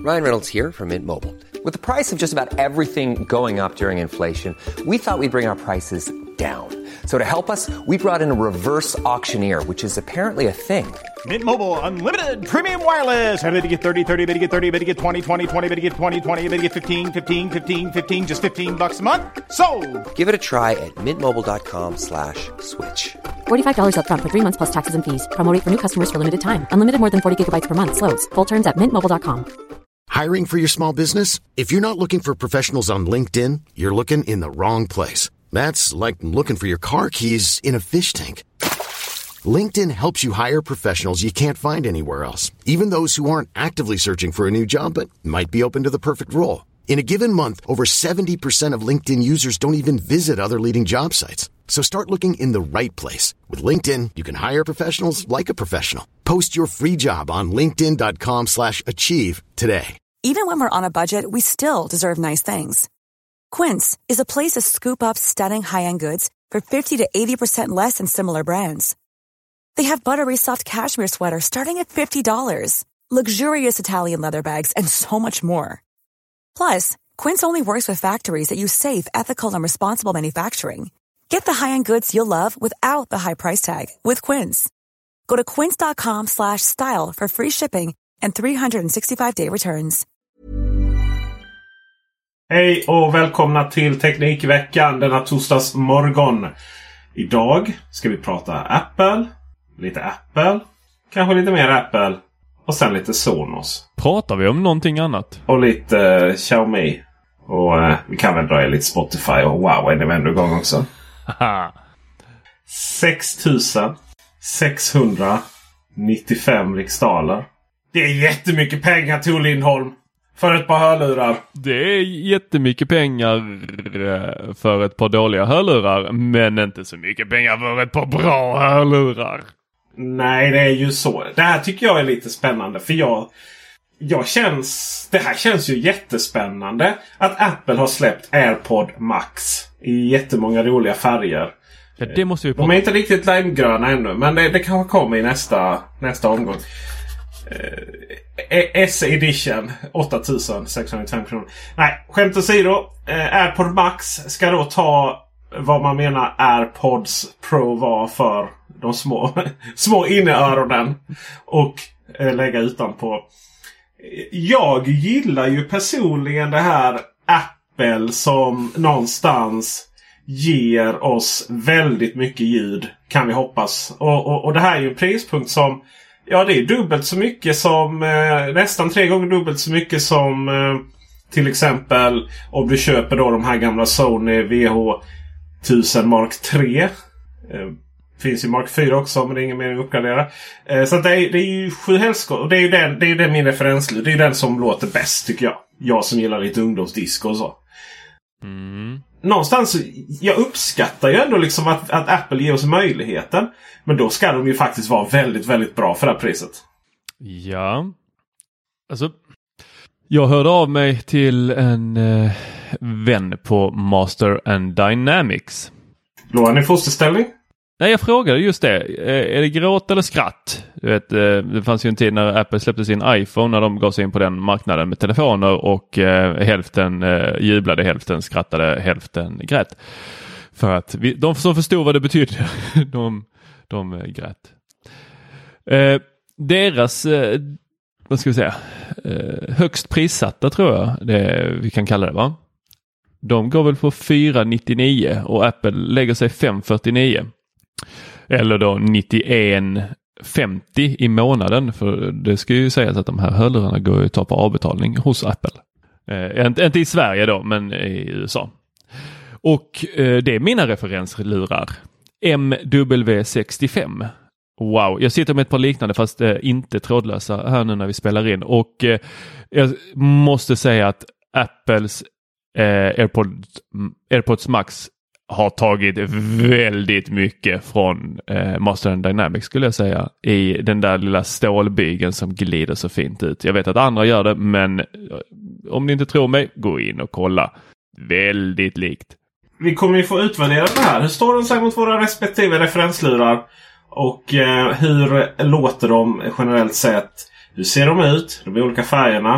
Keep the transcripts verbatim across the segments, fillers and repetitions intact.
Ryan Reynolds here from Mint Mobile. With the price of just about everything going up during inflation, we thought we'd bring our prices down. So to help us, we brought in a reverse auctioneer, which is apparently a thing. Mint Mobile Unlimited Premium Wireless. How to get thirty, thirty, how to get thirty, how to get twenty, twenty, twenty, how to get twenty, twenty, how to get fifteen, fifteen, fifteen, fifteen, just fifteen bucks a month? Sold! Give it a try at mintmobile.com slash switch. forty-five dollars up front for three months plus taxes and fees. Promo rate for new customers for limited time. Unlimited more than forty gigabytes per month. Slows full terms at mint mobile dot com. Hiring for your small business? If you're not looking for professionals on LinkedIn, you're looking in the wrong place. That's like looking for your car keys in a fish tank. LinkedIn helps you hire professionals you can't find anywhere else, even those who aren't actively searching for a new job but might be open to the perfect role. In a given month, over seventy percent of LinkedIn users don't even visit other leading job sites. So start looking in the right place. With LinkedIn, you can hire professionals like a professional. Post your free job on linkedin.com slash achieve today. Even when we're on a budget, we still deserve nice things. Quince is a place to scoop up stunning high-end goods for fifty to eighty percent less than similar brands. They have buttery soft cashmere sweaters starting at fifty dollars, luxurious Italian leather bags, and so much more. Plus, Quince only works with factories that use safe, ethical, and responsible manufacturing. Get the high-end goods you'll love without the high price tag with Quince. Go to quince.com slash style for free shipping and three sixty-five day returns. Hej och välkomna till Teknikveckan denna torsdags morgon. Idag ska vi prata Apple, lite Apple, kanske lite mer Apple och sen lite Sonos. Pratar vi om någonting annat? Och lite uh, Xiaomi. Och uh, vi kan väl dra i lite Spotify och wow, är det ändå igång också. sex tusen sexhundranittiofem riksdaler. Det är jättemycket pengar, Tor Lindholm. För ett par hörlurar. Det är jättemycket pengar för ett par dåliga hörlurar. Men inte så mycket pengar för ett par bra hörlurar. Nej, det är ju så. Det här tycker jag är lite spännande. För jag, jag känns... Det här känns ju jättespännande. Att Apple har släppt AirPod Max i jättemånga roliga färger. Ja, det måste vi De är inte riktigt limegröna ännu. Men det, det kanske kommer i nästa, nästa omgång. Eh, S-edition åtta tusen sexhundranittiofem kronor. Nej, skämt åsido. eh, AirPod Max ska då ta vad man menar AirPods Pro var för de små små inneöronen och eh, lägga utanpå. Jag gillar ju personligen det här Apple som någonstans ger oss väldigt mycket ljud, kan vi hoppas. Och, och, och det här är ju en prispunkt som, ja, det är dubbelt så mycket som, eh, nästan tre gånger dubbelt så mycket som eh, till exempel om du köper då de här gamla Sony V H tusen Mark tre. Eh, finns ju Mark fyra också, men det är ingen mening att uppgradera. Eh, så det är, det är ju sju helskott. Och det är ju den, det är ju den min referenslyd. Det är ju den som låter bäst, tycker jag. Jag som gillar lite ungdomsdisco och så. Mm. Någonstans, jag uppskattar ju ändå liksom att, att Apple ger oss möjligheten. Men då ska de ju faktiskt vara väldigt, väldigt bra för det här priset. Ja. Alltså, jag hörde av mig till en eh, vän på Master and Dynamics. Låg han i fosterställning? Nej, jag frågade just det. Är det gråt eller skratt? Du vet, det fanns ju en tid när Apple släppte sin iPhone, när de gav sig in på den marknaden med telefoner, och eh, hälften eh, jublade, hälften skrattade, hälften grät. För att vi, de som förstod vad det betydde, de, de eh, grät. Eh, deras, eh, vad ska vi säga, eh, högst prissatta, tror jag det vi kan kalla det, va? De går väl på fyra nittionio och Apple lägger sig fem fyrtionio. Eller då nittioen femtio i månaden, för det ska ju sägas att de här hörlurarna går ju att ta på avbetalning hos Apple. Eh, inte, inte i Sverige då, men i U S A. Och eh, det är mina referenslurar. M W sextiofem. Wow, jag sitter med ett par liknande fast eh, inte trådlösa här nu när vi spelar in. Och eh, jag måste säga att Apples eh, AirPods, AirPods Max har tagit väldigt mycket från eh, Master and Dynamics, skulle jag säga, i den där lilla stålbygeln som glider så fint ut. Jag vet att andra gör det, men eh, om ni inte tror mig, gå in och kolla. Väldigt likt. Vi kommer ju få utvärdera det här. Hur står de sig mot våra respektive referenslurar? Och eh, hur låter de generellt sett? Hur ser de ut? De olika färgerna.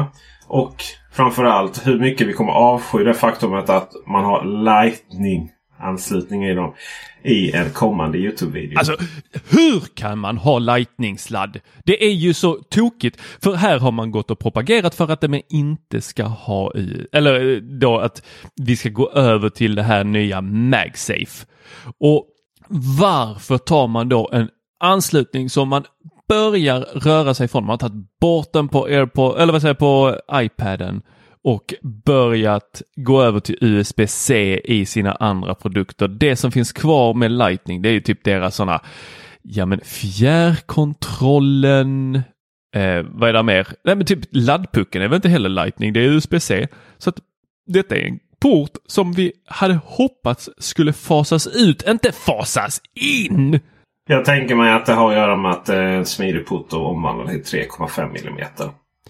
Och framförallt hur mycket vi kommer avsky det faktumet att man har Lightning-anslutning i dem i en kommande YouTube-video. Alltså, hur kan man ha Lightning-sladd? Det är ju så tokigt. För här har man gått och propagerat för att man inte ska ha i, eller då att vi ska gå över till det här nya MagSafe. Och varför tar man då en anslutning som man börjar röra sig från? Man har tagit bort den på AirPod, eller vad säger på iPaden och börjat gå över till U S B C i sina andra produkter. Det som finns kvar med Lightning, det är ju typ deras sådana, ja men fjärrkontrollen, eh, vad är det mer? Nej men typ laddpucken är väl inte heller Lightning, det är U S B C. Så att detta är en port som vi hade hoppats skulle fasas ut, inte fasas in. Jag tänker mig att det har att göra med att det är en smidig port och omvandlar till tre komma fem millimeter.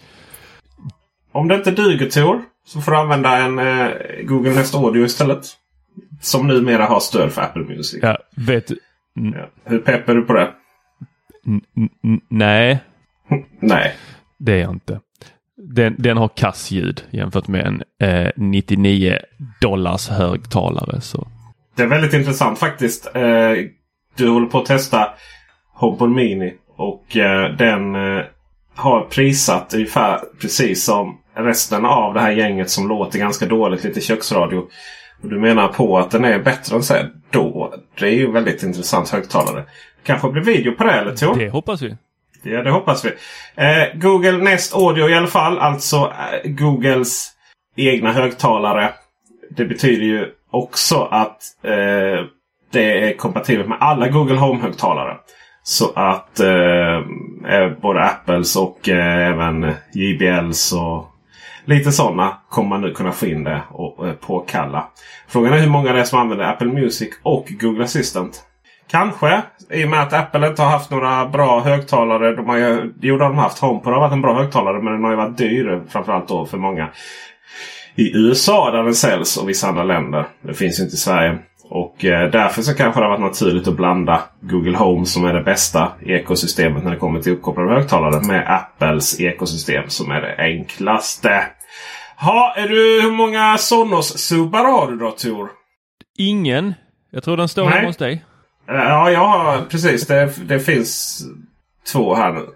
Om det inte duger, Tor, så får du använda en eh, Google Nest Audio istället. Som numera har stöd för Apple Music. Ja, vet du. Mm. Ja. Hur peppar du på det? N- n- nej. Nej. Det är jag inte. Den, den har kassljud jämfört med en eh, nittionio dollars högtalare. Så. Det är väldigt intressant faktiskt. Eh, du håller på att testa HomePod Mini. Och eh, den eh, har prissatt ungefär precis som resten av det här gänget som låter ganska dåligt, lite köksradio. Och du menar på att den är bättre än så här då. Det är ju väldigt intressant högtalare. Kanske blir video på det, eller Tor? Det hoppas vi. Ja, det hoppas vi. Eh, Google Nest Audio i alla fall. Alltså eh, Googles egna högtalare. Det betyder ju också att eh, det är kompatibelt med alla Google Home-högtalare. Så att eh, både Apples och eh, även J B Ls och lite sådana kommer man nu kunna få in det och eh, påkalla. Frågan är hur många det är som använder Apple Music och Google Assistant. Kanske, i och med att Apple inte har haft några bra högtalare. De har ju, jo, de har haft HomePod, har varit en bra högtalare, men den har ju varit dyr, framförallt då för många i U S A där den säljs och vissa andra länder. Det finns ju inte i Sverige. Och eh, därför så kanske det har varit naturligt att blanda Google Home, som är det bästa ekosystemet när det kommer till uppkopplade högtalare, med Apples ekosystem som är det enklaste. Ha, är du, hur många Sonos-subbar har du då, Tor? Ingen. Jag tror den står hemma hos dig. Ja, jag har, precis. Det, det finns två här nu.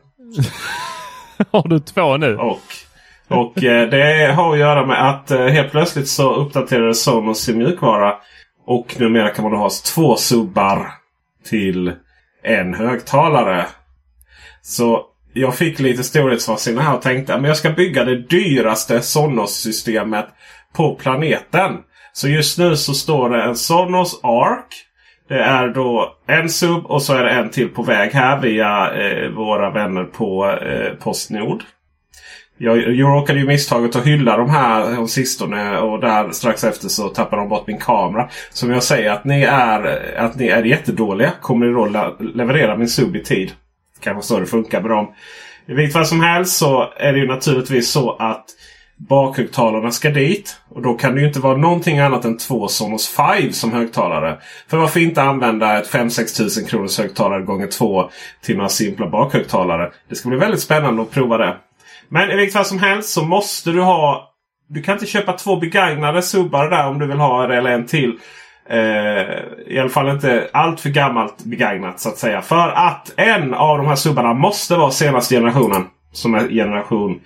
Har du två nu? Och, och eh, det har att göra med att eh, helt plötsligt så uppdaterade Sonos sin mjukvara. Och numera kan man då ha två subbar till en högtalare. Så jag fick lite storhetsvansinne här och tänkte att jag ska bygga det dyraste Sonos-systemet på planeten. Så just nu så står det en Sonos Arc. Det är då en sub och så är det en till på väg här via eh, våra vänner på eh, Postnord. Jag, jag råkade ju misstaget att hylla de här om sistone, och där strax efter så tappade de bort min kamera. Som jag säger att ni är, att ni är jättedåliga. Kommer ni då le- leverera min sub i tid? Kanske så det funkar med dem. I vilket fall som helst så är det ju naturligtvis så att bakhögtalarna ska dit. Och då kan det ju inte vara någonting annat än två Sonos fem som högtalare. För varför inte använda ett fem sex tusen kronors högtalare gånger två till några simpla bakhögtalare? Det ska bli väldigt spännande att prova det. Men i vilket fall som helst så måste du ha... Du kan inte köpa två begagnade subbar där om du vill ha det eller en till. Eh, I alla fall inte allt för gammalt begagnat så att säga. För att en av de här subbarna måste vara senaste generationen. Som är generation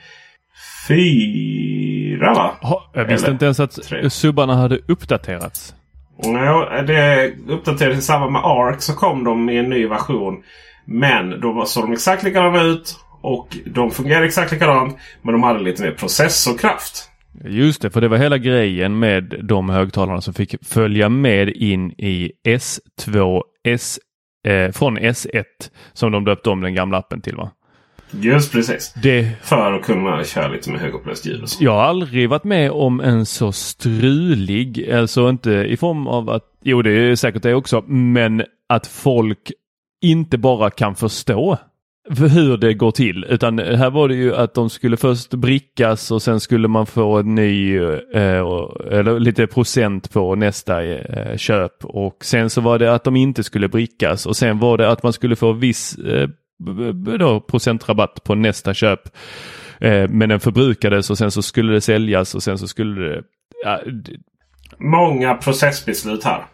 fyra, va? Ha, jag visste eller inte ens att tre. subbarna hade uppdaterats. Ja, det uppdaterades i samband med Arc, så kom de med en ny version. Men då såg de exakt likadana ut. Och de fungerar exakt likadant, men de hade lite mer processorkraft. Just det, för det var hela grejen med de högtalarna som fick följa med in i S två S, eh, från S ett som de döpte om den gamla appen till, va? Just precis. Det... För att kunna köra lite med högupplöst ljud och så. Jag har aldrig varit med om en så strulig, alltså inte i form av att, jo det är säkert det också, men att folk inte bara kan förstå hur det går till, utan här var det ju att de skulle först brickas och sen skulle man få en ny eh, eller lite procent på nästa eh, köp, och sen så var det att de inte skulle brickas, och sen var det att man skulle få viss eh, då, procentrabatt på nästa köp, Eh, men den förbrukades och sen så skulle det säljas och sen så skulle det... Ja, det... Många processbeslut här.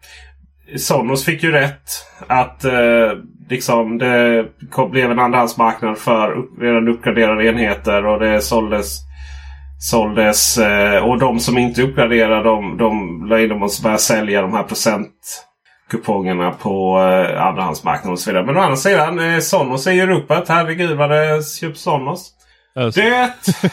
Sonos fick ju rätt att eh, liksom det kom, blev en andrahandsmarknad för upp, redan uppgraderade enheter och det såldes, såldes eh, och de som inte uppgraderade de, de la in dem och började sälja de här procentkupongerna på eh, andrahandsmarknaden och så vidare. Men å andra sidan, eh, Sonos är ju Europa. Herregud vad det köps Sonos. Alltså. Det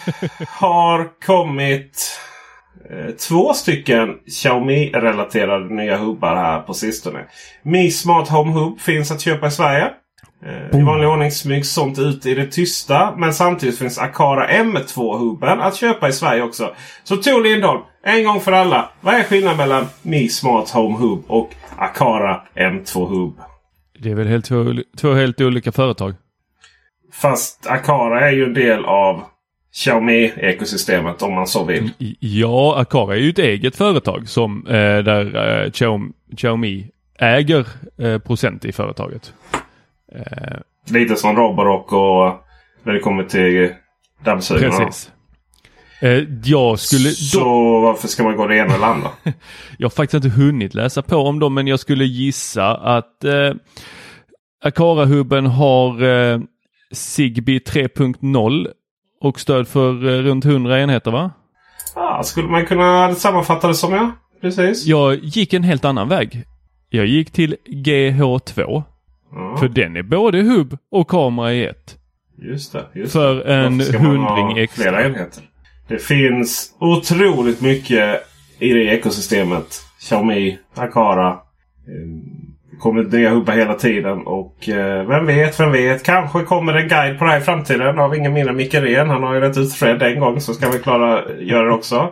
har kommit två stycken Xiaomi-relaterade nya hubbar här på sistone. Mi Smart Home Hub finns att köpa i Sverige. Eh, I vanlig ordning smygs sånt ut i det tysta. Men samtidigt finns Aqara M två-hubben att köpa i Sverige också. Så Tor Lindholm, en gång för alla. Vad är skillnaden mellan Mi Smart Home Hub och Aqara M två-hub? Det är väl helt två, två helt olika företag. Fast Aqara är ju en del av Xiaomi-ekosystemet om man så vill. Ja, Aqara är ju ett eget företag som eh, där eh, Xiaomi, Xiaomi äger eh, procent i företaget. Eh, Lite som Roborock och när det kommer till dammsugarna. Precis. Eh, jag skulle Så då... varför ska man gå det ena eller andra? Jag har faktiskt inte hunnit läsa på om dem, men jag skulle gissa att eh, Aqara-hubben har eh, Zigbee tre punkt noll och stöd för eh, runt hundra enheter, va? Ja, skulle man kunna sammanfatta det som jag? Precis. Jag gick en helt annan väg. Jag gick till G H två. Ja. För den är både hubb och kamera i ett. Just det. Just för det. en hundring extra. Flera enheter. Det finns otroligt mycket i det ekosystemet. Xiaomi, Aqara. Det kommer nya hubbar hela tiden. Och eh, vem vet, vem vet. Kanske kommer en guide på det här i framtiden. Av ingen mindre Micke Ren. Han har ju rätt ut Fred en gång. Så ska vi klara göra det också.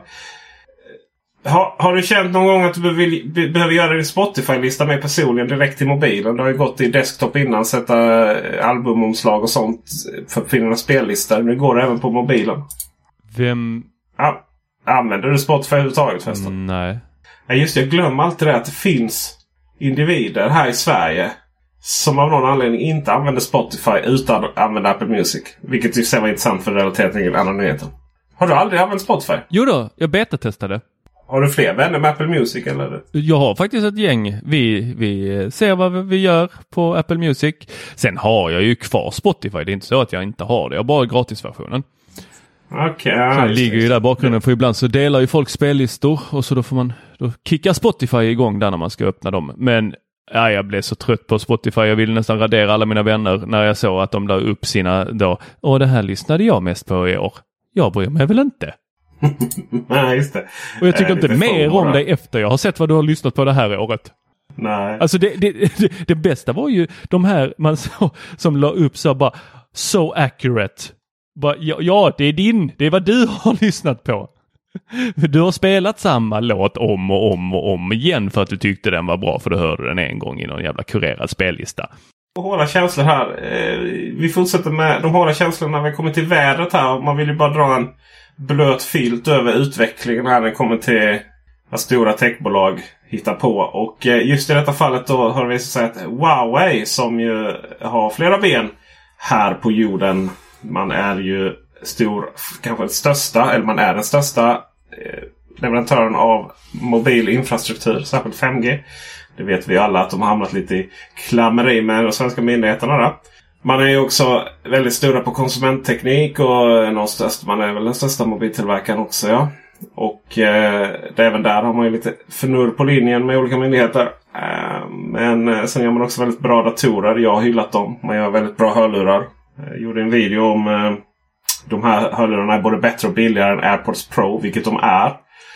Har, har du känt någon gång att du behöver, behöver göra din Spotify-lista med personligen direkt till mobilen? Du har ju gått i desktop innan, sätta albumomslag och sånt för att finna spellistor. Nu går det även på mobilen. Vem? Ja, använder du Spotify överhuvudtaget förresten? Mm, nej. Ja, just det, jag glömmer alltid det att det finns individer här i Sverige som av någon anledning inte använder Spotify utan att använda Apple Music. Vilket ju ser var intressant för relaterat till andra nyheter. Har du aldrig använt Spotify? Jo då, jag betatestade. Har du fler vänner med Apple Music eller? Jag har faktiskt ett gäng. Vi, vi ser vad vi gör på Apple Music. Sen har jag ju kvar Spotify. Det är inte så att jag inte har det. Jag har bara gratisversionen. Okej. Okay, Sen ligger ju där bakgrunden. För ibland så delar ju folk spellistor. Och så då får man då kickar Spotify igång där när man ska öppna dem. Men ja, jag blev så trött på Spotify. Jag ville nästan radera alla mina vänner när jag såg att de la upp sina då. Och det här lyssnade jag mest på i år. Jag bryr mig väl inte. Nej, just det. Och jag tycker äh, inte mer om dig efter jag har sett vad du har lyssnat på det här året. Nej. Alltså det, det, det, det bästa var ju de här man så, som la upp så bara so accurate. Bara, ja, ja, det är din. Det är vad du har lyssnat på. Du har spelat samma låt om och om och om igen för att du tyckte den var bra, för du hörde den en gång i någon jävla kurerad spellista. Hårda känslor här. Vi fortsätter med de hårda känslorna när vi kommer till vädret här. Man vill ju bara dra en blöt filt över utvecklingen när den kommer till vad stora techbolag hittar på. Och just i detta fallet då har det visat sig att Huawei, som ju har flera ben här på jorden, man är ju stor, kanske den största, eller man är den största eh, leverantören av mobil infrastruktur, särskilt fem G. Det vet vi alla att de har hamnat lite i klammeri med de svenska myndigheterna där. Man är ju också väldigt stora på konsumentteknik och någon störst, man är väl den största mobiltillverkaren också, ja. Och eh, även där har man ju lite förnurr på linjen med olika myndigheter. Eh, men eh, sen gör man också väldigt bra datorer. Jag har hyllat dem. Man gör väldigt bra hörlurar. Jag gjorde en video om eh, de här hörlurarna är både bättre och billigare än AirPods Pro, vilket de är.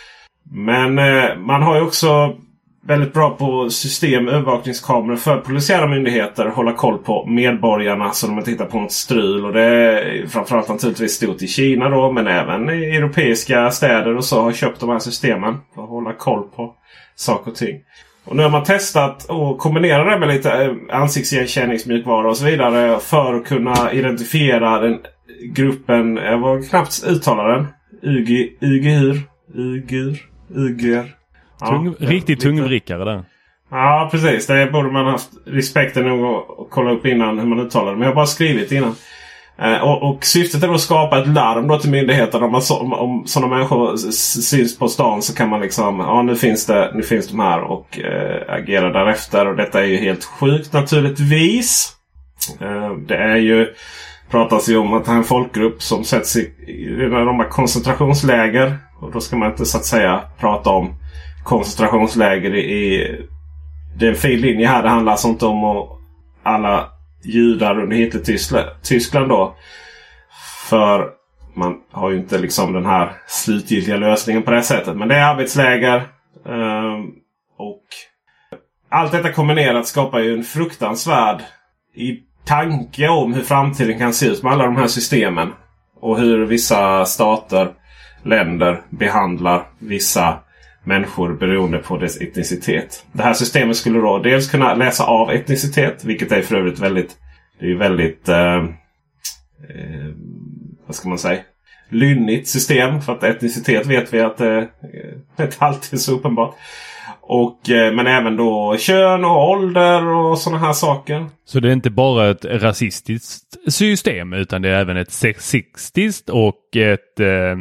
Men eh, man har ju också väldigt bra på system, övervakningskameror för polisiära myndigheter, hålla koll på medborgarna så de inte hittar på något strul. Och det är framförallt naturligtvis stort i Kina då, men även i europeiska städer och så har köpt de här systemen för att hålla koll på saker och ting. Och nu har man testat och kombinera det med lite ansiktsigenkänningsmjukvara och så vidare för att kunna identifiera den gruppen, jag var knappt uttala den, Uighur, Uighur, Uighur. Ja, Tung, riktigt tungvrickare där. Ja, precis. Det borde man haft respekten nog att kolla upp innan hur man uttalar det. Men jag har bara skrivit innan. Och, och syftet är då att skapa ett larm då till myndigheterna. Om, om, om sådana människor syns på stan så kan man liksom, ja nu finns det, nu finns de här och äh, agera därefter. Och detta är ju helt sjukt naturligtvis. Äh, det är ju, pratas ju om att det är en folkgrupp som sätts i, i de här koncentrationsläger. Och då ska man inte så att säga prata om koncentrationsläger i, i det är en fin linje här. Det handlar alltså inte om att alla judar under Hitler-Tyskland då. För man har ju inte liksom den här slutgiltiga lösningen på det sättet. Men det är arbetsläger. Um, och allt detta kombinerat skapar ju en fruktansvärd i tanke om hur framtiden kan se ut med alla de här systemen. Och hur vissa stater, länder behandlar vissa människor beroende på dess etnicitet. Det här systemet skulle då dels kunna läsa av etnicitet, vilket är för övrigt väldigt, det är ju väldigt eh, eh, vad ska man säga, lynnigt system, för att etnicitet vet vi att det eh, inte alltid är så uppenbart. Och, eh, men även då kön och ålder och sådana här saker. Så det är inte bara ett rasistiskt system utan det är även ett sexistiskt och ett eh,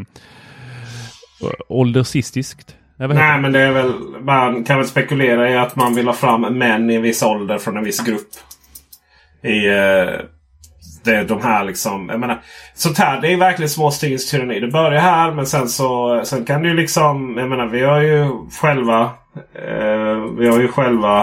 åldersistiskt? Nej, men det är väl, man kan väl spekulera i att man vill ha fram män i en viss ålder från en viss grupp. I eh, det, de här liksom, jag menar, sånt här, det är verkligen småstegens tyranni. Det börjar här, men sen så sen kan det ju liksom, jag menar, vi har ju själva eh, vi har ju själva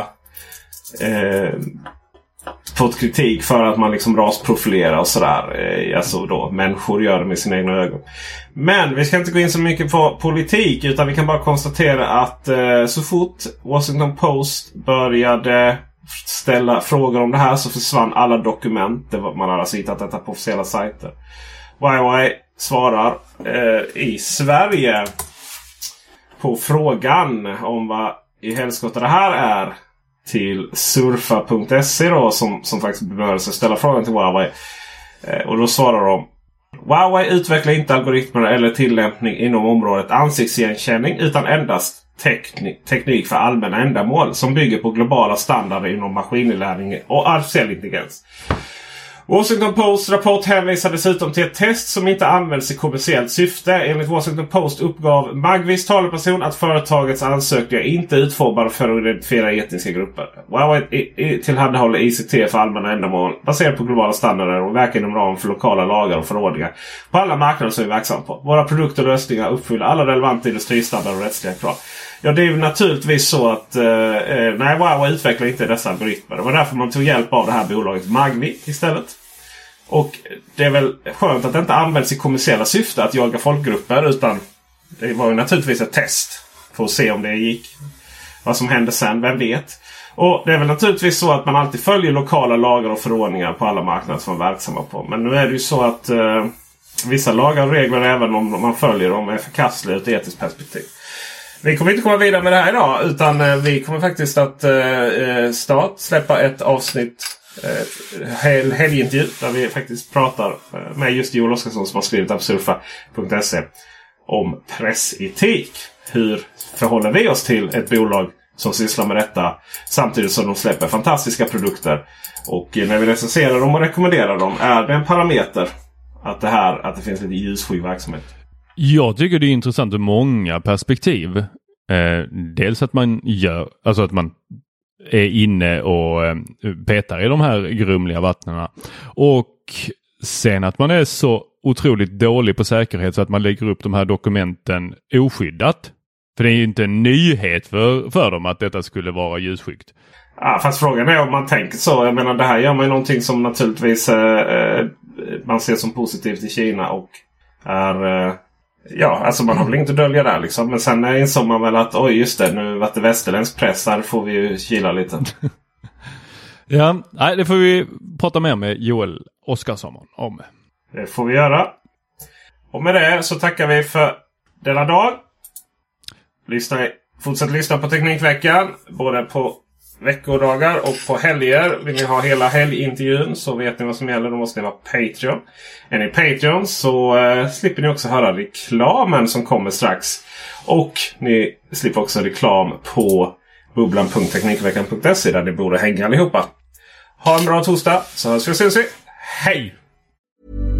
eh, fått kritik för att man liksom rasprofilerar och sådär. Eh, alltså då, människor gör det med sina egna ögon. Men vi ska inte gå in så mycket på politik, utan vi kan bara konstatera att eh, så fort Washington Post började ställa frågor om det här så försvann alla dokument. Det var, man hade alltså hittat detta på officiella sajter. Y Y svarar eh, i Sverige på frågan om vad i helskotta det här är till surfa punkt se då, som, som faktiskt började ställa frågan till Huawei. Eh, och då svarar de: Huawei utvecklar inte algoritmer eller tillämpning inom området ansiktsigenkänning utan endast teknik, teknik för allmänna ändamål som bygger på globala standarder inom maskininlärning och artificiell intelligens. Washington Post rapport hänvisar dessutom till ett test som inte används i kommersiellt syfte. Enligt Washington Post uppgav Magvis talesperson att företagets ansökningar inte är utformade för att identifiera etniska grupper. Huawei tillhandahåller I C T för allmänna ändamål baserat på globala standarder och verkar inom ramen för lokala lagar och förordningar på alla marknader som vi är verksamma på. Våra produkter och lösningar uppfyller alla relevanta industristandarder och rättsliga krav. Ja, det är ju naturligtvis så att eh, nej, Huawei utvecklar inte dessa algoritmer. Det var därför man tog hjälp av det här bolaget Magvi istället. Och det är väl skönt att det inte används i kommersiella syfte att jaga folkgrupper, utan det var ju naturligtvis ett test för att se om det gick. Vad som hände sen, vem vet. Och det är väl naturligtvis så att man alltid följer lokala lagar och förordningar på alla marknader som man är verksamma på. Men nu är det ju så att eh, vissa lagar och regler, även om man följer dem, är förkastliga ur ett etiskt perspektiv. Vi kommer inte komma vidare med det här idag, utan eh, vi kommer faktiskt att eh, start släppa ett avsnitt, eh, hel, helgintervju där vi faktiskt pratar eh, med just Joel Oscarsson som har skrivit på surfa punkt se om pressetik. Hur förhåller vi oss till ett bolag som sysslar med detta samtidigt som de släpper fantastiska produkter? Och eh, när vi recenserar dem och rekommenderar dem, är det en parameter att det här, att det finns lite ljusskygg verksamhet? Jag tycker det är intressant ur många perspektiv. Eh, dels att man gör, alltså att man är inne och eh, petar i de här grumliga vattnena. Och sen att man är så otroligt dålig på säkerhet så att man lägger upp de här dokumenten oskyddat. För det är ju inte en nyhet för, för dem att detta skulle vara ljusskyggt. Ja, fast frågan är om man tänker så. Jag menar, det här gör man ju någonting som naturligtvis eh, man ser som positivt i Kina och är... Eh, Ja, alltså man har väl inte dölja där liksom. Men sen insåg man väl att oj just det, nu var det västerländsk press, där får vi ju kila lite. Ja, nej, det får vi prata mer med Joel Oscarsson om. Det får vi göra. Och med det så tackar vi för denna dag. Lyssna, fortsätt lyssna på Teknikveckan, både på veckodagar och på helger. Vill ni ha hela helgintervjun så vet ni vad som gäller. Då måste ni vara Patreon. Är ni Patreon så eh, slipper ni också höra reklamen som kommer strax. Och ni slipper också reklam på bubblan punkt teknikveckan punkt se där ni borde hänga allihopa. Ha en bra torsdag så hörs vi och syns vi. Hej!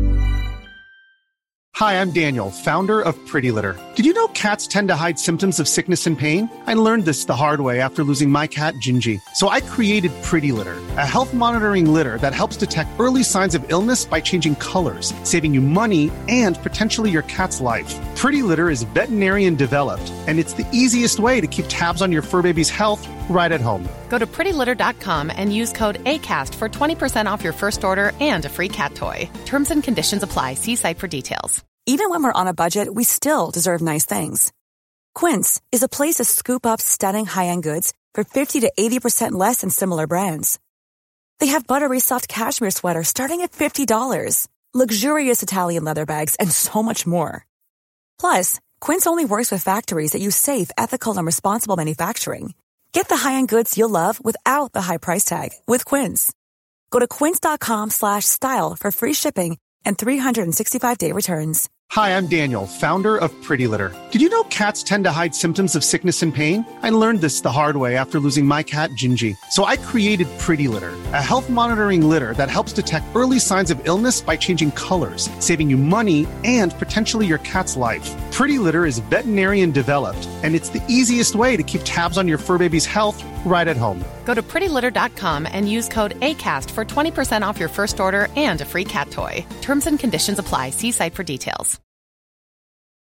Hi, I'm Daniel, founder of Pretty Litter. Did you know cats tend to hide symptoms of sickness and pain? I learned this the hard way after losing my cat, Gingy. So I created Pretty Litter, a health monitoring litter that helps detect early signs of illness by changing colors, saving you money and potentially your cat's life. Pretty Litter is veterinarian developed, and it's the easiest way to keep tabs on your fur baby's health right at home. Go to pretty litter dot com and use code ACAST for twenty percent off your first order and a free cat toy. Terms and conditions apply. See site for details. Even when we're on a budget, we still deserve nice things. Quince is a place to scoop up stunning high-end goods for fifty to eighty percent less than similar brands. They have buttery soft cashmere sweaters starting at fifty dollars, luxurious Italian leather bags, and so much more. Plus, Quince only works with factories that use safe, ethical, and responsible manufacturing. Get the high-end goods you'll love without the high price tag with Quince. Go to quince dot com slash style for free shipping and three sixty-five day returns. Hi, I'm Daniel, founder of Pretty Litter. Did you know cats tend to hide symptoms of sickness and pain? I learned this the hard way after losing my cat, Gingy. So I created Pretty Litter, a health monitoring litter that helps detect early signs of illness by changing colors, saving you money and potentially your cat's life. Pretty Litter is veterinarian developed, and it's the easiest way to keep tabs on your fur baby's health right at home. Go to pretty litter dot com and use code ACAST for twenty percent off your first order and a free cat toy. Terms and conditions apply. See site for details.